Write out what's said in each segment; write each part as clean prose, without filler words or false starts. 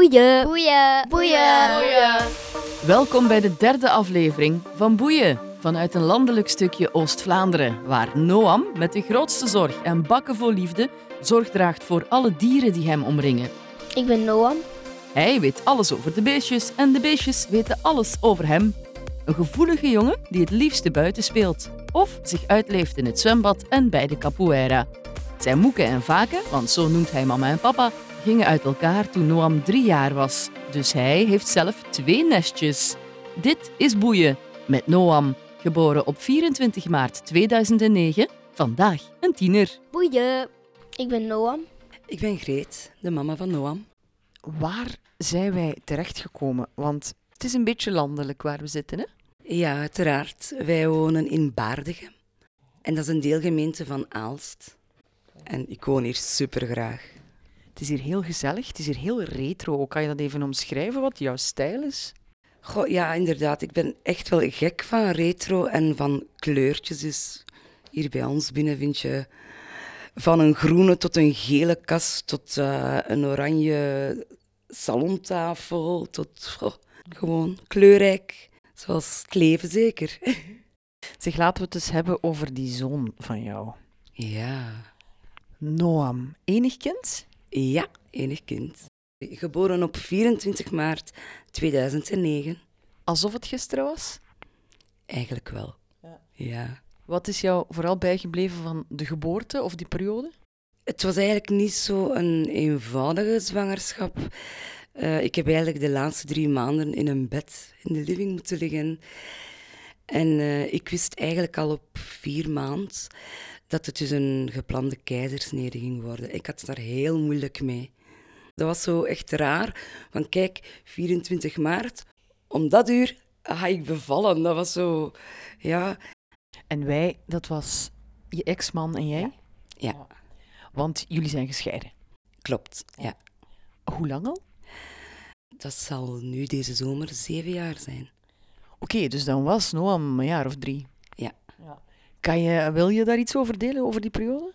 Boeien. Boeien. Boeien. Boeien. Welkom bij de derde aflevering van Boeien. Vanuit een landelijk stukje Oost-Vlaanderen, waar Noam met de grootste zorg en bakken vol liefde zorg draagt voor alle dieren die hem omringen. Ik ben Noam. Hij weet alles over de beestjes en de beestjes weten alles over hem. Een gevoelige jongen die het liefste buiten speelt of zich uitleeft in het zwembad en bij de capoeira. Zijn moeke en vaken, want zo noemt hij mama en papa, gingen uit elkaar toen Noam 3 jaar was. Dus hij heeft zelf 2 nestjes. Dit is Boeien met Noam, geboren op 24 maart 2009, vandaag een tiener. Boeien. Ik ben Noam. Ik ben Greet, de mama van Noam. Waar zijn wij terechtgekomen? Want het is een beetje landelijk waar we zitten, hè? Ja, uiteraard. Wij wonen in Baardegem. En dat is een deelgemeente van Aalst. En ik woon hier supergraag. Het is hier heel gezellig, het is hier heel retro. Kan je dat even omschrijven, wat jouw stijl is? Goh, ja, inderdaad. Ik ben echt wel gek van retro en van kleurtjes. Dus hier bij ons binnen vind je van een groene tot een gele kast, tot een oranje salontafel, tot gewoon kleurrijk. Zoals het leven zeker. Zeg, laten we het eens hebben over die zoon van jou. Ja. Noam, enig kind? Ja, enig kind. Geboren op 24 maart 2009. Alsof het gisteren was? Eigenlijk wel. Ja. Wat is jou vooral bijgebleven van de geboorte of die periode? Het was eigenlijk niet zo een eenvoudige zwangerschap. Ik heb eigenlijk de laatste 3 maanden in een bed in de living moeten liggen. En ik wist eigenlijk al op 4 maanden dat het dus een geplande keizersnede ging worden. Ik had het daar heel moeilijk mee. Dat was zo echt raar. Van kijk, 24 maart, om dat uur ga ik bevallen. Dat was zo, ja. En wij, dat was je ex-man en jij? Ja, Want jullie zijn gescheiden. klopt. Ja. Hoe lang al? Dat zal nu deze zomer 7 jaar zijn. Oké, dus dan was Noam een jaar of 3. Ja. Wil je daar iets over delen, over die periode?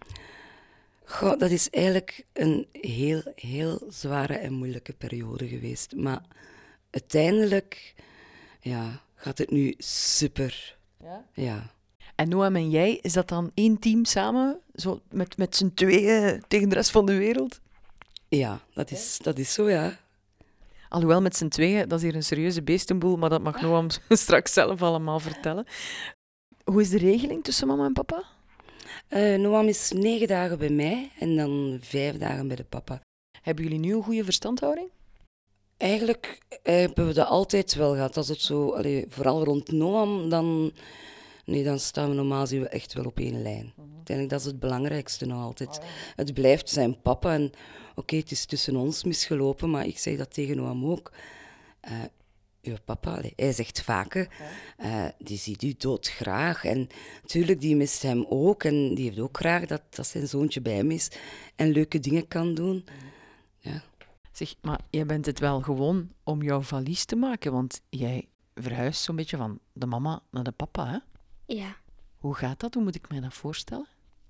Goh, dat is eigenlijk een heel zware en moeilijke periode geweest. Maar uiteindelijk gaat het nu super. Ja. En Noam en jij, is dat dan 1 team samen? Zo met z'n tweeën tegen de rest van de wereld? Ja, dat is zo, ja. Alhoewel, met z'n tweeën, dat is hier een serieuze beestenboel, maar dat mag Noam straks zelf allemaal vertellen. Hoe is de regeling tussen mama en papa? Noam is 9 dagen bij mij en dan 5 dagen bij de papa. Hebben jullie nu een goede verstandhouding? Eigenlijk hebben we dat altijd wel gehad. Als het zo, vooral rond Noam, dan staan we normaal gezien echt wel op 1 lijn. Uiteindelijk, dat is het belangrijkste nog altijd. Het blijft zijn papa en oké, het is tussen ons misgelopen, maar ik zeg dat tegen Noam ook. Uw papa, hij zegt vaker, die ziet u doodgraag. En natuurlijk, die mist hem ook en die heeft ook graag dat zijn zoontje bij hem is en leuke dingen kan doen. Ja. Zeg, maar jij bent het wel gewoon om jouw valies te maken, want jij verhuist zo'n beetje van de mama naar de papa, hè? Ja. Hoe gaat dat? Hoe moet ik mij dat voorstellen?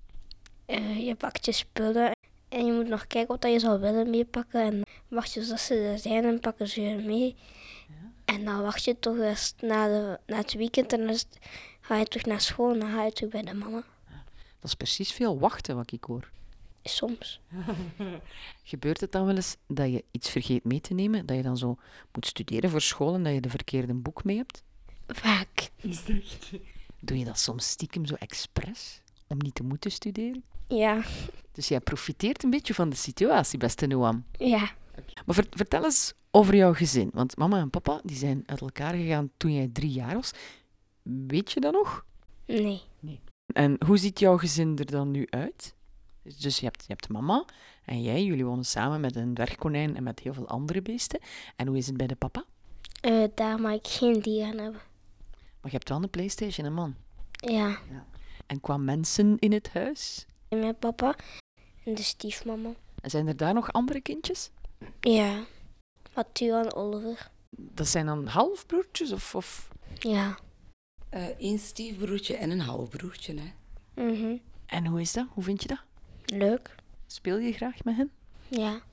Je pakt je spullen en je moet nog kijken wat je zou willen meepakken. En wacht je tot ze er zijn en pakken ze je mee. Ja. En dan wacht je toch eerst na het weekend en dan ga je terug naar school en dan ga je terug bij de mama. Dat is precies veel wachten, wat ik hoor. Soms. Gebeurt het dan wel eens dat je iets vergeet mee te nemen, dat je dan zo moet studeren voor school en dat je de verkeerde boek mee hebt? Vaak. Doe je dat soms stiekem zo expres, om niet te moeten studeren? Ja. Dus jij profiteert een beetje van de situatie, beste Noam. Ja. Maar vertel eens over jouw gezin. Want mama en papa die zijn uit elkaar gegaan toen jij 3 jaar was. Weet je dat nog? Nee. En hoe ziet jouw gezin er dan nu uit? Dus je hebt mama en jij, jullie wonen samen met een dwergkonijn en met heel veel andere beesten. En hoe is het bij de papa? Daar mag ik geen dieren hebben. Maar je hebt wel een PlayStation, hè, man? Ja. En qua mensen in het huis? En mijn papa en de stiefmama. En zijn er daar nog andere kindjes? Ja. Mathieu en Oliver. Dat zijn dan halfbroertjes of... Ja. 1 stiefbroertje en een halfbroertje, hè. Mhm. En hoe is dat? Hoe vind je dat? Leuk. Speel je graag met hen? Ja.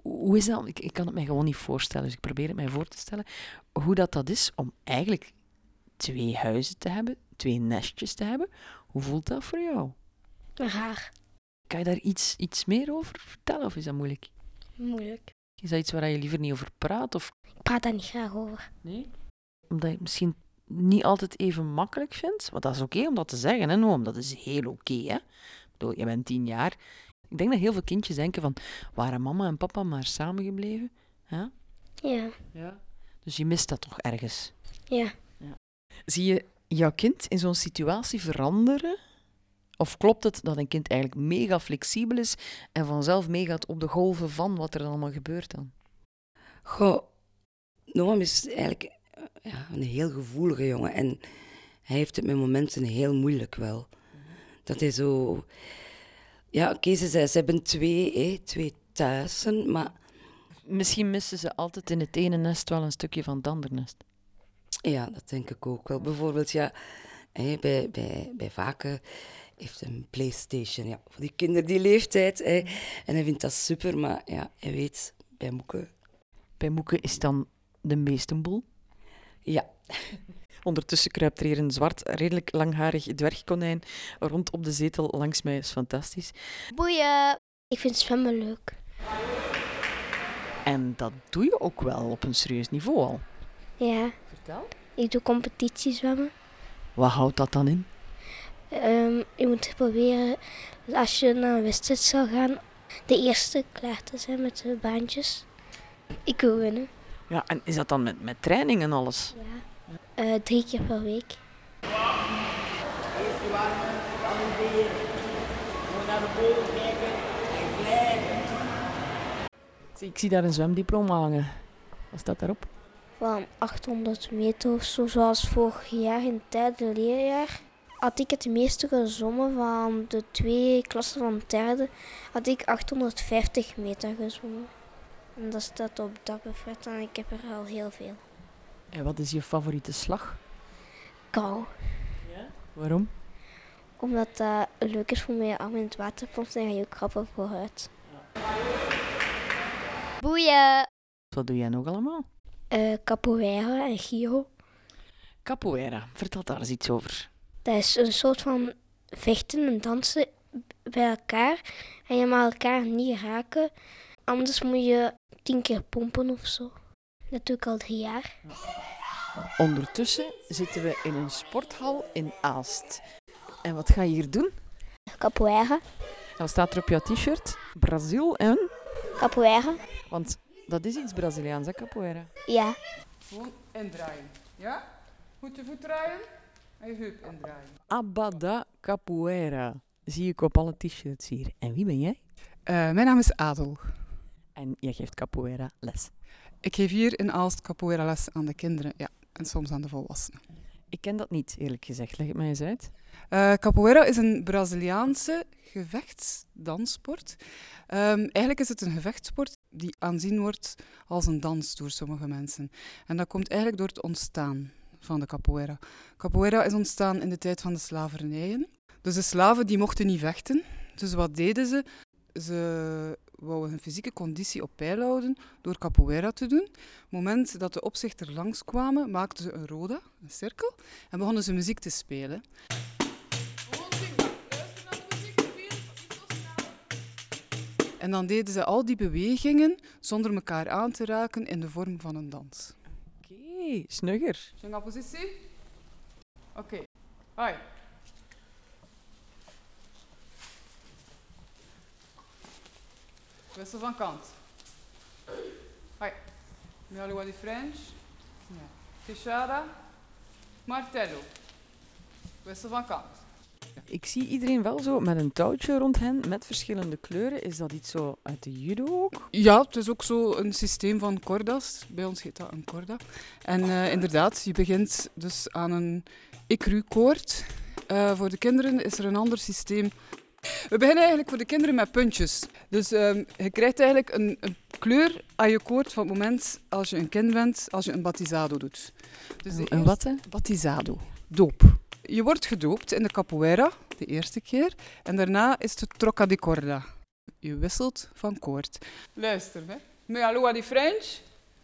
Hoe is dat? Ik kan het mij gewoon niet voorstellen, dus ik probeer het mij voor te stellen. Hoe dat is om eigenlijk 2 huizen te hebben, 2 nestjes te hebben. Hoe voelt dat voor jou? Raar. Kan je daar iets meer over vertellen of is dat moeilijk? Moeilijk. Is dat iets waar je liever niet over praat? Of... Ik praat daar niet graag over. Nee? Omdat je het misschien niet altijd even makkelijk vindt? Want dat is oké om dat te zeggen, hè, Noam. Dat is heel oké, hè. Ik bedoel, je bent 10 jaar. Ik denk dat heel veel kindjes denken van, waren mama en papa maar samengebleven? Ja? Ja. Dus je mist dat toch ergens? Ja. Zie je jouw kind in zo'n situatie veranderen? Of klopt het dat een kind eigenlijk mega flexibel is en vanzelf meegaat op de golven van wat er allemaal gebeurt dan? Goh, Noam is eigenlijk een heel gevoelige jongen. En hij heeft het met momenten heel moeilijk wel. Dat hij zo... Ja, oké, ze hebben 2 thuisen, maar... Misschien missen ze altijd in het ene nest wel een stukje van het andere nest. Ja, dat denk ik ook wel. Bijvoorbeeld, bij Vaken heeft een PlayStation, voor die kinderen die leeftijd. En hij vindt dat super, maar ja, hij weet, bij Moeke... Bij Moeke is dan de meestenboel. Ja. Ondertussen kruipt er hier een zwart, redelijk langharig dwergkonijn rond op de zetel langs mij. Is fantastisch. Boeien. Ik vind zwemmen leuk. En dat doe je ook wel op een serieus niveau al. Ja. Vertel. Ik doe competitiezwemmen. Wat houdt dat dan in? Je moet proberen, als je naar een wedstrijd zal gaan, de eerste klaar te zijn met de baantjes. Ik wil winnen. Ja, en is dat dan met training en alles? Ja. 3 keer per week. Eerst warmen, dan weer. Gewoon naar de boven kijken en blijven. Ik zie daar een zwemdiploma hangen. Wat staat daarop? Van 800 meter of zo, zoals vorig jaar in het 3e leerjaar. Had ik het meeste gezwommen van de 2 klassen van het 3e, had ik 850 meter gezwommen. En dat staat op dat buffet en ik heb er al heel veel. En wat is je favoriete slag? Kou. Waarom? Omdat dat leuk is voor mij arm in het water pompt, dan ga je ook krabben vooruit. Boeien! Wat doe jij nog allemaal? Capoeira en Giro. Capoeira, vertel daar eens iets over. Dat is een soort van vechten en dansen bij elkaar. En je mag elkaar niet raken. Anders moet je 10 keer pompen of zo. Dat doe ik al 3 jaar. Ondertussen zitten we in een sporthal in Aalst. En wat ga je hier doen? Capoeira. Wat staat er op jouw t-shirt? Brazil en... Capoeira. Want dat is iets Braziliaans, hè, capoeira? Ja. Gewoon indraaien. Ja? Goed je voet draaien en je heup indraaien. Abada capoeira. Zie ik op alle t-shirts hier. En wie ben jij? Mijn naam is Adel. En jij geeft capoeira les. Ik geef hier in Aalst capoeira les aan de kinderen, ja, en soms aan de volwassenen. Ik ken dat niet, eerlijk gezegd. Leg het mij eens uit. Capoeira is een Braziliaanse gevechtsdanssport. Eigenlijk is het een gevechtssport die aanzien wordt als een dans door sommige mensen. En dat komt eigenlijk door het ontstaan van de capoeira. Capoeira is ontstaan in de tijd van de slavernijen. Dus de slaven die mochten niet vechten. Dus wat deden ze? Ze wouden hun fysieke conditie op peil houden door capoeira te doen. Op het moment dat de opzichter langskwamen, maakten ze een roda, een cirkel, en begonnen ze muziek te spelen. En dan deden ze al die bewegingen zonder elkaar aan te raken in de vorm van een dans. Oké, snugger. Swing op positie. Oké. Hoi. Wissel van kant. Hoi. Mialu di French. Ja. Fechada. Martello. Wissel van kant. Ik zie iedereen wel zo met een touwtje rond hen met verschillende kleuren. Is dat iets zo uit de judo ook? Ja, het is ook zo een systeem van cordas. Bij ons heet dat een corda. En inderdaad, je begint dus aan een écru-koord. Voor de kinderen is er een ander systeem. We beginnen eigenlijk voor de kinderen met puntjes. Dus je krijgt eigenlijk een kleur aan je koord van het moment als je een kind bent, als je een battizado doet. Dus Een wat, hè? Battizado. Doop. Je wordt gedoopt in de capoeira, de eerste keer. En daarna is het troca di corda. Je wisselt van koord. Luister, hè. Me allora di French.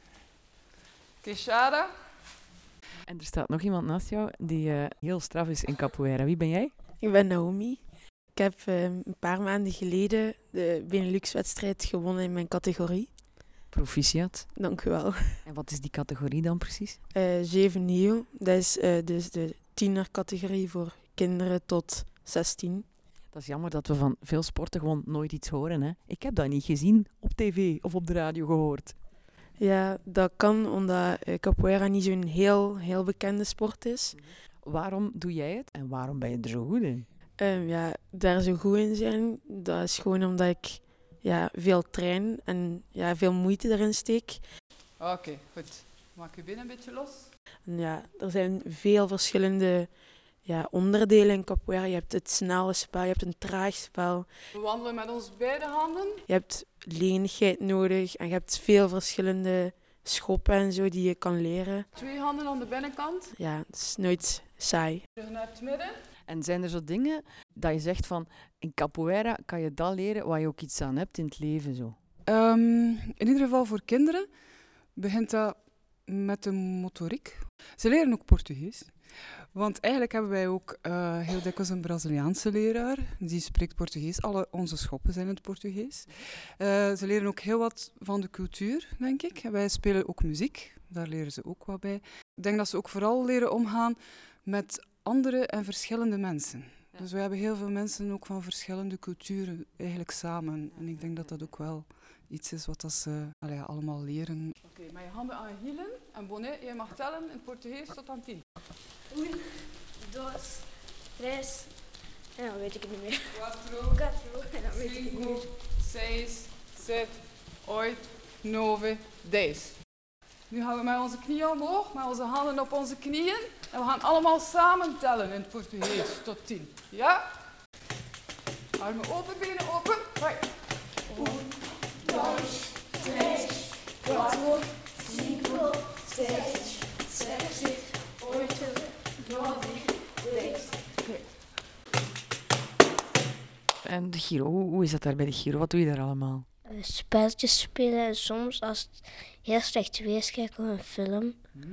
Queixada. En er staat nog iemand naast jou die heel straf is in capoeira. Wie ben jij? Ik ben Naomi. Ik heb een paar maanden geleden de Benelux-wedstrijd gewonnen in mijn categorie. Proficiat. Dank u wel. En wat is die categorie dan precies? 7 Neo, dat is dus de tienercategorie voor kinderen tot 16. Dat is jammer dat we van veel sporten gewoon nooit iets horen. Hè? Ik heb dat niet gezien op tv of op de radio gehoord. Ja, dat kan omdat capoeira niet zo'n heel bekende sport is. Waarom doe jij het en waarom ben je er zo goed in? Ja, daar zo goed in zijn, dat is gewoon omdat ik veel train en veel moeite erin steek. Oké, goed. Maak je benen een beetje los. En er zijn veel verschillende onderdelen in capoeira. Je hebt het snelle spel, je hebt een traag spel. We wandelen met onze beide handen. Je hebt lenigheid nodig en je hebt veel verschillende schoppen en zo die je kan leren. 2 handen aan de binnenkant. Ja, het is nooit saai. Terug naar het midden. En zijn er zo dingen dat je zegt van in capoeira kan je dat leren waar je ook iets aan hebt in het leven zo? In ieder geval voor kinderen begint dat met de motoriek. Ze leren ook Portugees. Want eigenlijk hebben wij ook heel dikwijls een Braziliaanse leraar. Die spreekt Portugees. Alle onze schoppen zijn in het Portugees. Ze leren ook heel wat van de cultuur, denk ik. Wij spelen ook muziek. Daar leren ze ook wat bij. Ik denk dat ze ook vooral leren omgaan met andere en verschillende mensen. Ja. Dus we hebben heel veel mensen ook van verschillende culturen eigenlijk samen. En ik denk dat dat ook wel iets is wat ze allemaal leren. Oké, met je handen aan je hielen en bonnet. Jij mag tellen in het Portugees tot aan 10. 1, 2, 3. En dan weet ik het niet meer. 4, En dan weet ik het niet meer. 6, 7, 8, 9, 10. Nu gaan we met onze knieën omhoog, met onze handen op onze knieën. En we gaan allemaal samen tellen in het Portugees tot 10. Ja? Armen open, benen open. Right. 1, 2, 3, 4, 5, 6, 7, 8, 9, 10. En de Giro, hoe is dat daar bij de Giro? Wat doe je daar allemaal? Spelletjes spelen en soms als het heel slecht weer is, kijken we een film.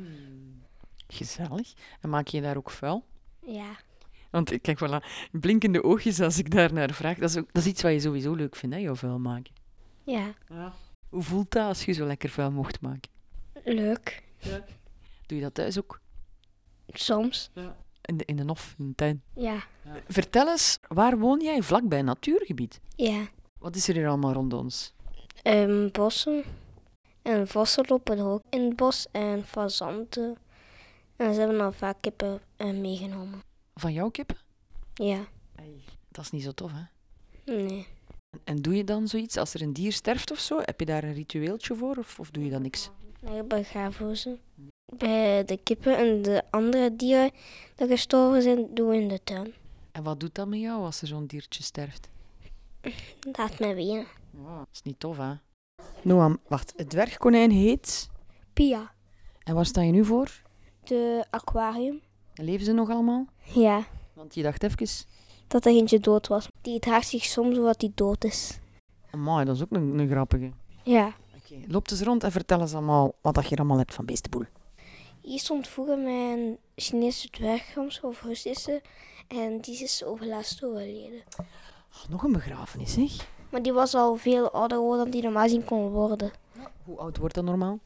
Gezellig. En maak je daar ook vuil? Ja. Want ik kijk voilà, blinkende oogjes als ik daar naar vraag. Dat is iets wat je sowieso leuk vindt, hè, jouw vuil maken. Ja. Hoe voelt dat als je zo lekker vuil mocht maken? Leuk. Ja. Doe je dat thuis ook? Soms. Ja. In de hof, in de tuin? Ja. Vertel eens, waar woon jij? Vlakbij een natuurgebied? Ja. Wat is er hier allemaal rond ons? Bossen. En vossen lopen ook in het bos en fazanten. En ze hebben al vaak kippen meegenomen. Van jouw kippen? Ja. Dat is niet zo tof, hè? Nee. En doe je dan zoiets als er een dier sterft of zo? Heb je daar een ritueeltje voor of doe je dan niks? Ik begraven ze. Bij de kippen en de andere dieren die gestorven zijn, doen we in de tuin. En wat doet dat met jou als er zo'n diertje sterft? Laat mij wenen. Dat is niet tof, hè? Noam, wacht. Het dwergkonijn heet... Pia. En waar sta je nu voor? De aquarium. En leven ze nog allemaal? Ja. Want je dacht even... Dat er eentje dood was. Die draagt zich soms omdat hij dood is. Amai, dat is ook een grappige. Ja. Oké, loop eens rond en vertel eens allemaal wat je hier allemaal hebt van beestenboel. Hier stond vroeger mijn Chinese dwerggans of Russische. En die is overlaatst overleden. Oh, nog een begrafenis, zeg. Maar die was al veel ouder dan die normaal zien kon worden. Hoe oud wordt dat normaal?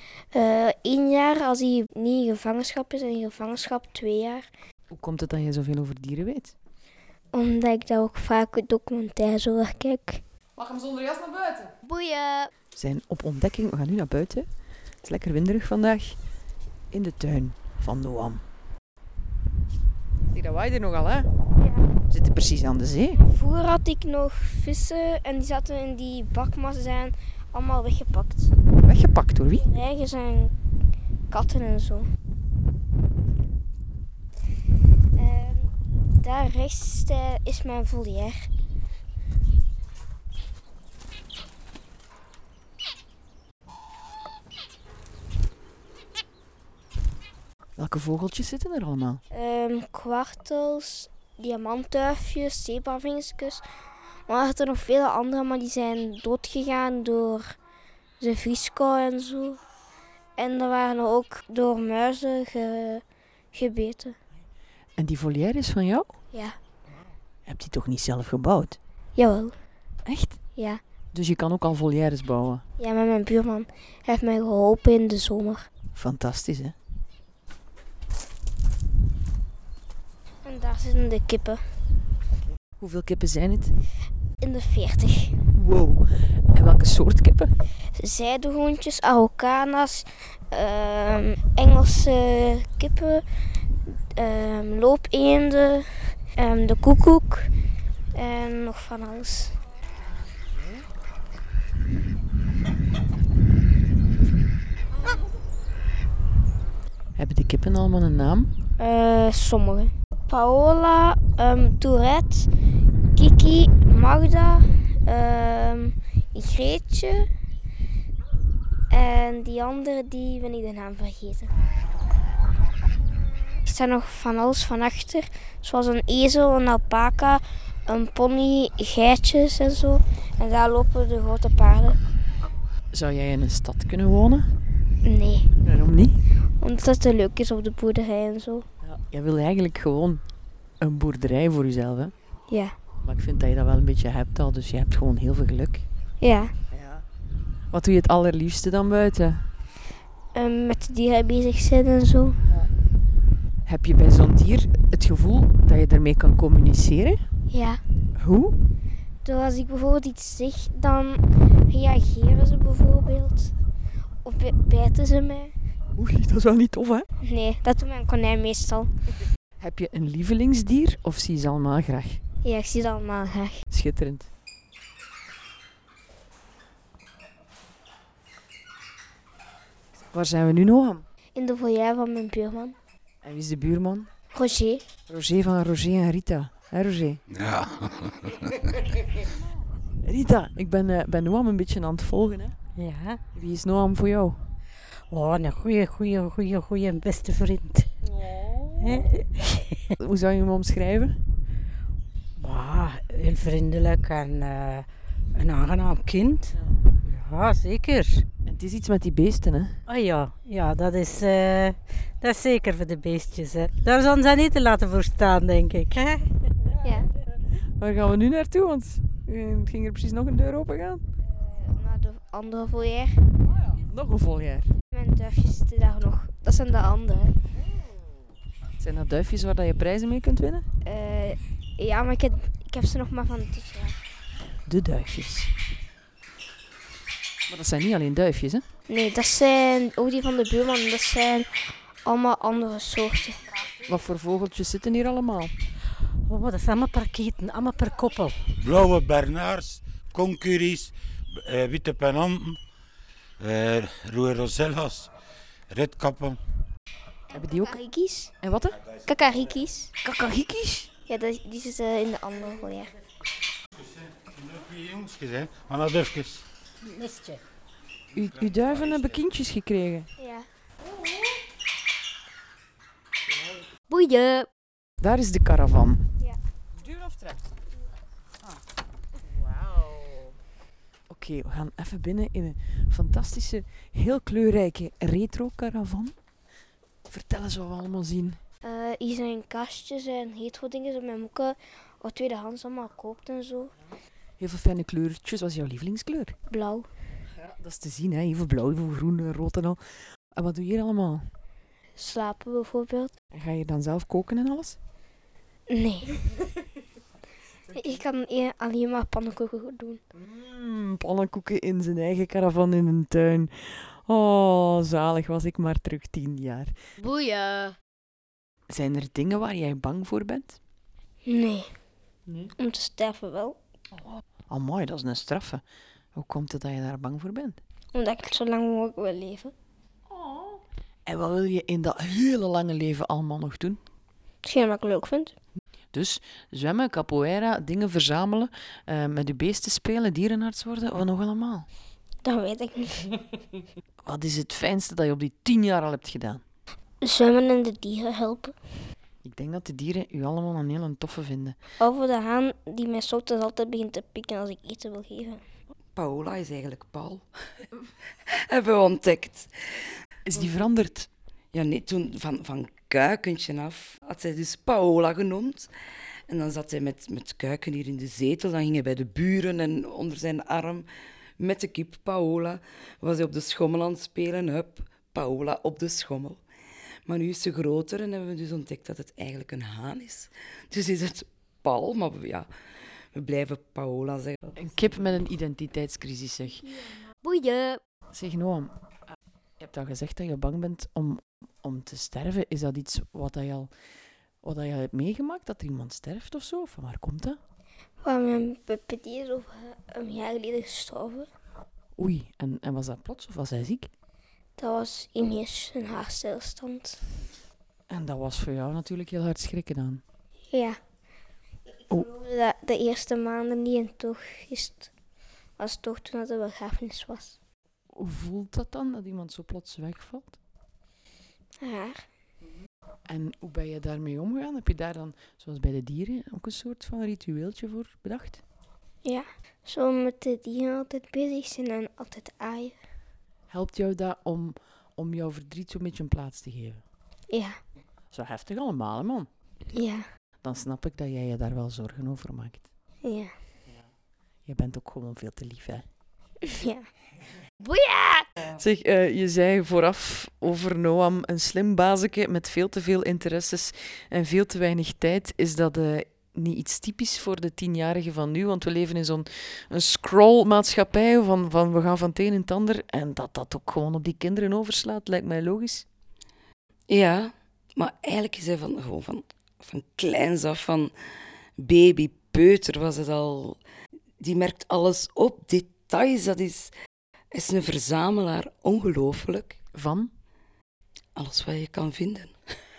1 jaar als hij niet in gevangenschap is en in gevangenschap 2 jaar. Hoe komt het dat je zoveel over dieren weet? Omdat ik daar ook vaak documentaires over kijk. Mag hem zonder jas naar buiten? Boeien! We zijn op ontdekking. We gaan nu naar buiten. Het is lekker winderig vandaag. In de tuin van Noam. Zie, dat waait er nogal, hè? Ja. We zitten precies aan de zee. Vroeger had ik nog vissen en die zaten in die bakmas en allemaal weggepakt. Weggepakt door wie? Reigers en katten en zo. Daar rechts is mijn volière. Welke vogeltjes zitten er allemaal? Kwartels, diamantduifjes, zebravinkjes. Maar er zitten nog vele andere, maar die zijn doodgegaan door de vrieskou en zo. En er waren ook door muizen gebeten. En die volière is van jou? Ja, Je hebt die toch niet zelf gebouwd? jawel. Echt? Ja. Dus je kan ook al volières bouwen? Ja, met mijn buurman. Hij heeft mij geholpen in de zomer. Fantastisch, hè? En daar zitten de kippen. Hoeveel kippen zijn het? In de 40. Wow. En welke soort kippen? Zijdehoentjes, Araucana's, Engelse kippen, loopeenden, de koekoek en nog van alles. Hebben de kippen allemaal een naam? Sommige. Paola, Tourette, Kiki, Magda, Greetje en die andere die ben ik de naam vergeten. Er staat nog van alles van achter, zoals een ezel, een alpaca, een pony, geitjes en zo. En daar lopen de grote paarden. Zou jij in een stad kunnen wonen? Nee, Waarom niet? omdat het te leuk is op de boerderij en zo. Ja, jij wil eigenlijk gewoon een boerderij voor jezelf, hè? Ja. Maar ik vind dat je dat wel een beetje hebt al, dus je hebt gewoon heel veel geluk. Ja. Wat doe je het allerliefste dan buiten? Met de dieren bezig zijn en zo. Heb je bij zo'n dier het gevoel dat je ermee kan communiceren? Ja. Hoe? Dus als ik bijvoorbeeld iets zeg, dan reageren ze bijvoorbeeld. Of bijten ze mij. Oei, dat is wel niet tof, hè? Nee, dat doet mijn konijn meestal. Heb je een lievelingsdier of zie je ze allemaal graag? Ja, ik zie het allemaal graag. Schitterend. Waar zijn we nu nog aan? In de foyer van mijn buurman. En wie is de buurman? Roger. Roger van Roger en Rita. Hè, Roger? Ja. Rita, ik ben Noam een beetje aan het volgen, hè? Ja. Wie is Noam voor jou? Oh, een goeie beste vriend. Hè? Hoe zou je hem omschrijven? Heel vriendelijk en een aangenaam kind. Ja, zeker. En het is iets met die beesten, hè? Ja, dat is zeker voor de beestjes. Hè. Daar zullen ze niet te laten voor staan, denk ik. Hè? Ja. Waar gaan we nu naartoe? Want ging er precies nog een deur open gaan? Naar de andere foyer. Nog een voljaar. Mijn duifjes zitten daar nog. Dat zijn de andere. Zijn dat duifjes waar dat je prijzen mee kunt winnen? Ja, maar ik heb ze nog maar van dit jaar. De duifjes. Maar dat zijn niet alleen duifjes, hè? Nee, dat zijn ook die van de buurman. Dat zijn allemaal andere soorten. Wat voor vogeltjes zitten hier allemaal? Oh, dat is allemaal per keten, allemaal per koppel. Blauwe Bernards, concuries, witte penanten, rode rosellas, redkappen. Hebben die ook... Kakariki's. En wat, hè? Kakariki's. Kakariki's? Ja, die zitten in de andere foyer. Jongstjes, hè? Maar dat even. Nestje. Uw duiven hebben kindjes gekregen. Ja. Boeien. Daar is de caravan. Ja. Duur of trek? Wauw. Oké, we gaan even binnen in een fantastische, heel kleurrijke retro-caravan. Vertel eens wat we allemaal zien. Hier zijn kastjes en hetero-dingen dat mijn moeke of tweedehands allemaal koopt en zo. Heel veel fijne kleurtjes. Wat is jouw lievelingskleur? Blauw. Ja, dat is te zien, hè. Heel veel blauw, heel veel groen, rood en al. En wat doe je hier allemaal? Slapen bijvoorbeeld. En ga je dan zelf koken en alles? Nee. Ik kan alleen maar pannenkoeken doen. Pannenkoeken in zijn eigen caravan in een tuin. Oh, zalig, was ik maar terug 10 jaar. Boeien. Zijn er dingen waar jij bang voor bent? Nee. Nee. Om te sterven wel. Amai, dat is een straffe. Hoe komt het dat je daar bang voor bent? Omdat ik zo lang mogelijk wil leven. En wat wil je in dat hele lange leven allemaal nog doen? Hetgeen wat ik leuk vind. Dus zwemmen, capoeira, dingen verzamelen, met je beesten spelen, dierenarts worden, wat nog allemaal? Dat weet ik niet. Wat is het fijnste dat je op die 10 jaar al hebt gedaan? Zwemmen en de dieren helpen. Ik denk dat de dieren u allemaal een hele toffe vinden. Over de haan die mijn soorten altijd begint te pikken als ik eten wil geven. Paola is eigenlijk Paul. Hebben we ontdekt. Is die veranderd? Ja, nee, toen van Kuikentje af had zij dus Paola genoemd. En dan zat hij met Kuiken hier in de zetel. Dan ging hij bij de buren en onder zijn arm met de kip Paola. Was hij op de schommel aan het spelen. Hup, Paola op de schommel. Maar nu is ze groter en hebben we dus ontdekt dat het eigenlijk een haan is. Dus is het Paul, maar we blijven Paola zeggen. Een kip met een identiteitscrisis, zeg. Boeien. Zeg, Noam, je hebt al gezegd dat je bang bent om te sterven. Is dat iets wat je hebt meegemaakt, dat er iemand sterft of zo? Of van waar komt dat? Mijn papa die is over een jaar geleden gestorven. Oei, en was dat plots of was hij ziek? Dat was ineens een hartstilstand. En dat was voor jou natuurlijk heel hard schrikken dan. Ja. Oh. Dat de eerste maanden niet en toch was toch toen het de begrafenis was. Hoe voelt dat dan, dat iemand zo plots wegvalt? Raar. En hoe ben je daarmee omgegaan? Heb je daar dan, zoals bij de dieren, ook een soort van ritueeltje voor bedacht? Ja. Zo met de dieren altijd bezig zijn en altijd aaien. Helpt jou dat om jouw verdriet zo'n beetje een plaats te geven? Ja. Zo heftig allemaal, hè, man. Ja. Dan snap ik dat jij je daar wel zorgen over maakt. Ja. Je bent ook gewoon veel te lief, hè? Ja. Boeien! Zeg, je zei vooraf over Noam, een slim bazeke met veel te veel interesses en veel te weinig tijd. Is dat niet iets typisch voor de 10-jarigen van nu? Want we leven in zo'n scrollmaatschappij van we gaan van het een in het ander. En dat ook gewoon op die kinderen overslaat, lijkt mij logisch. Ja, maar eigenlijk is hij van kleins af, van baby, peuter was het al. Die merkt alles op, details, dat is een verzamelaar, ongelooflijk. Van? Alles wat je kan vinden.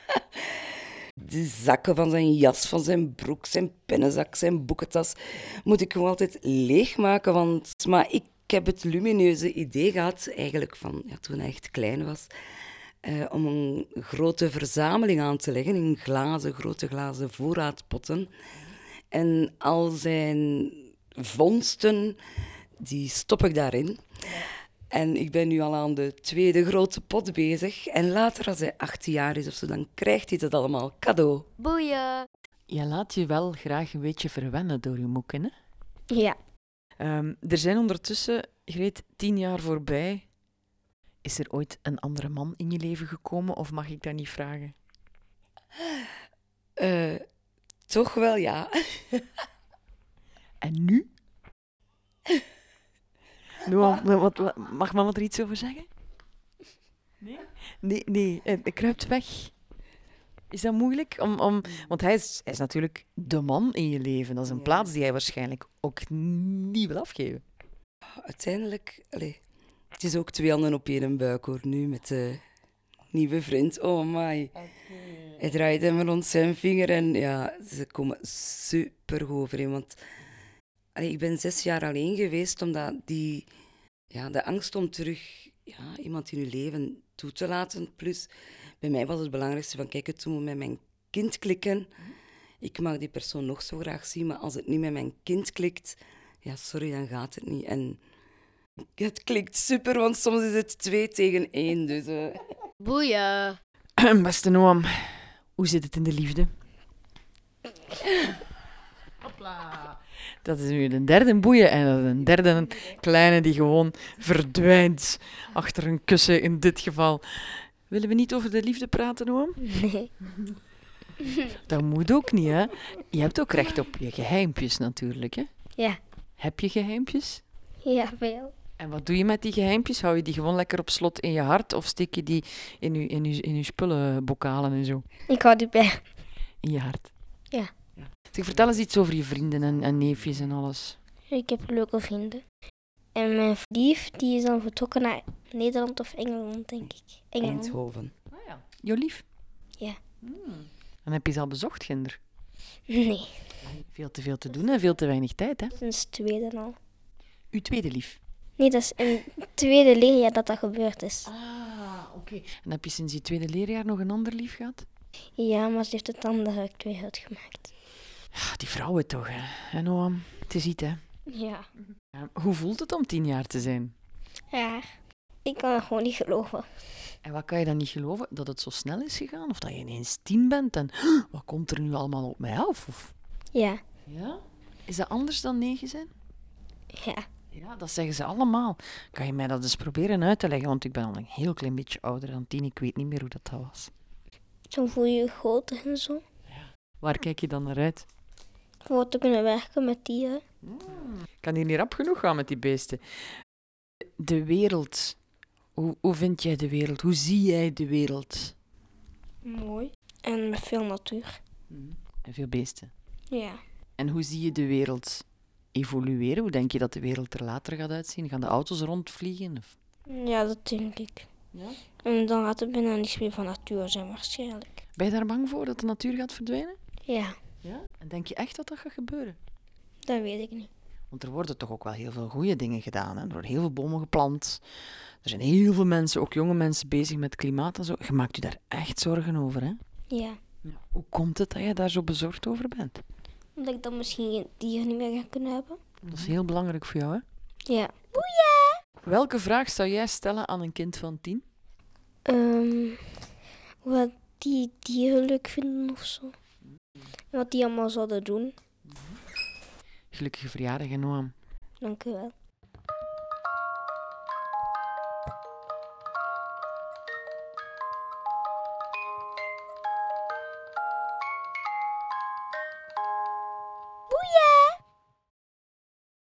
De zakken van zijn jas, van zijn broek, zijn pennenzak, zijn boekentas, moet ik gewoon altijd leegmaken. Maar ik heb het lumineuze idee gehad, eigenlijk toen hij echt klein was, om een grote verzameling aan te leggen in grote glazen voorraadpotten. En al zijn vondsten, die stop ik daarin. En ik ben nu al aan de tweede grote pot bezig. En later, als hij 18 jaar is of zo, dan krijgt hij dat allemaal cadeau. Boeien! Je laat je wel graag een beetje verwennen door je moeken, hè? Ja. Er zijn ondertussen, Greet, 10 jaar voorbij. Is er ooit een andere man in je leven gekomen of mag ik dat niet vragen? Toch wel, ja. En nu? Noam, mag mama er iets over zeggen? Nee? Nee, hij kruipt weg. Is dat moeilijk? Want hij is natuurlijk de man in je leven. Dat is een plaats die hij waarschijnlijk ook niet wil afgeven. Uiteindelijk, het is ook 2 handen op 1 buik hoor, nu met de nieuwe vriend. Oh my. Hij draait hem rond zijn vinger en ja, ze komen super goed overeen. Want ik ben 6 jaar alleen geweest, omdat de angst om terug iemand in je leven toe te laten. Plus, bij mij was het belangrijkste van, kijk, het moet met mijn kind klikken. Ik mag die persoon nog zo graag zien, maar als het niet met mijn kind klikt, ja, sorry, dan gaat het niet. En het klikt super, want soms is het 2 tegen 1. Dus, Boeien! Beste Noam, hoe zit het in de liefde? Hopla. Dat is nu de derde boeien en dat is een derde kleine die gewoon verdwijnt achter een kussen in dit geval. Willen we niet over de liefde praten, Noam? Nee. Dat moet ook niet, hè? Je hebt ook recht op je geheimpjes natuurlijk, hè? Ja. Heb je geheimpjes? Ja, veel. En wat doe je met die geheimpjes? Hou je die gewoon lekker op slot in je hart of steek je die in je spullenbokalen en zo? Ik hou die bij. In je hart? Ja. Zeg, vertel eens iets over je vrienden en neefjes en alles. Ik heb leuke vrienden. En mijn lief, die is dan vertrokken naar Nederland of Engeland, denk ik. Engeland. Eindhoven. Ah ja. Jouw lief? Ja. En heb je ze al bezocht, Ginder? Nee, Veel te veel te doen en veel te weinig tijd, hè? sinds het tweede al. Uw tweede lief? Nee, dat is in het tweede leerjaar dat gebeurd is. Ah, oké. En heb je sinds je tweede leerjaar nog een ander lief gehad? Ja, maar ze heeft het andere weer uitgemaakt. Ja, die vrouwen toch, hè? En Noam, het is iets, hè? Ja. Ja, hoe voelt het om 10 jaar te zijn? Raar. Ik kan het gewoon niet geloven. En wat kan je dan niet geloven? Dat het zo snel is gegaan? Of dat je ineens 10 bent en wat komt er nu allemaal op mij af? Of... Ja. Ja? Is dat anders dan 9 zijn? Ja. Ja, dat zeggen ze allemaal. Kan je mij dat eens proberen uit te leggen? Want ik ben al een heel klein beetje ouder dan 10. Ik weet niet meer hoe dat was. Zo voel je je groter en zo. Waar kijk je dan naar uit? Voor te kunnen werken met dieren. Ik kan hier niet rap genoeg gaan met die beesten. De wereld. Hoe vind jij de wereld? Hoe zie jij de wereld? Mooi. En met veel natuur. En veel beesten. Ja. En hoe zie je de wereld evolueren? Hoe denk je dat de wereld er later gaat uitzien? Gaan de auto's rondvliegen? Of... Ja, dat denk ik. Ja? En dan gaat het bijna niets meer van natuur zijn waarschijnlijk. Ben je daar bang voor dat de natuur gaat verdwijnen? Ja, Ja? En denk je echt dat dat gaat gebeuren? dat weet ik niet. Want er worden toch ook wel heel veel goede dingen gedaan. Hè? Er worden heel veel bomen geplant. Er zijn heel veel mensen, ook jonge mensen, bezig met klimaat en zo. Je maakt je daar echt zorgen over, hè? Ja. Hoe komt het dat je daar zo bezorgd over bent? Omdat ik dan misschien geen dieren niet meer ga kunnen hebben. Dat is heel belangrijk voor jou, hè? Ja. Welke vraag zou jij stellen aan een kind van 10? Wat die dieren leuk vinden of zo. Wat die allemaal zouden doen. Gelukkige verjaardag, hè, Noam. Dank u wel.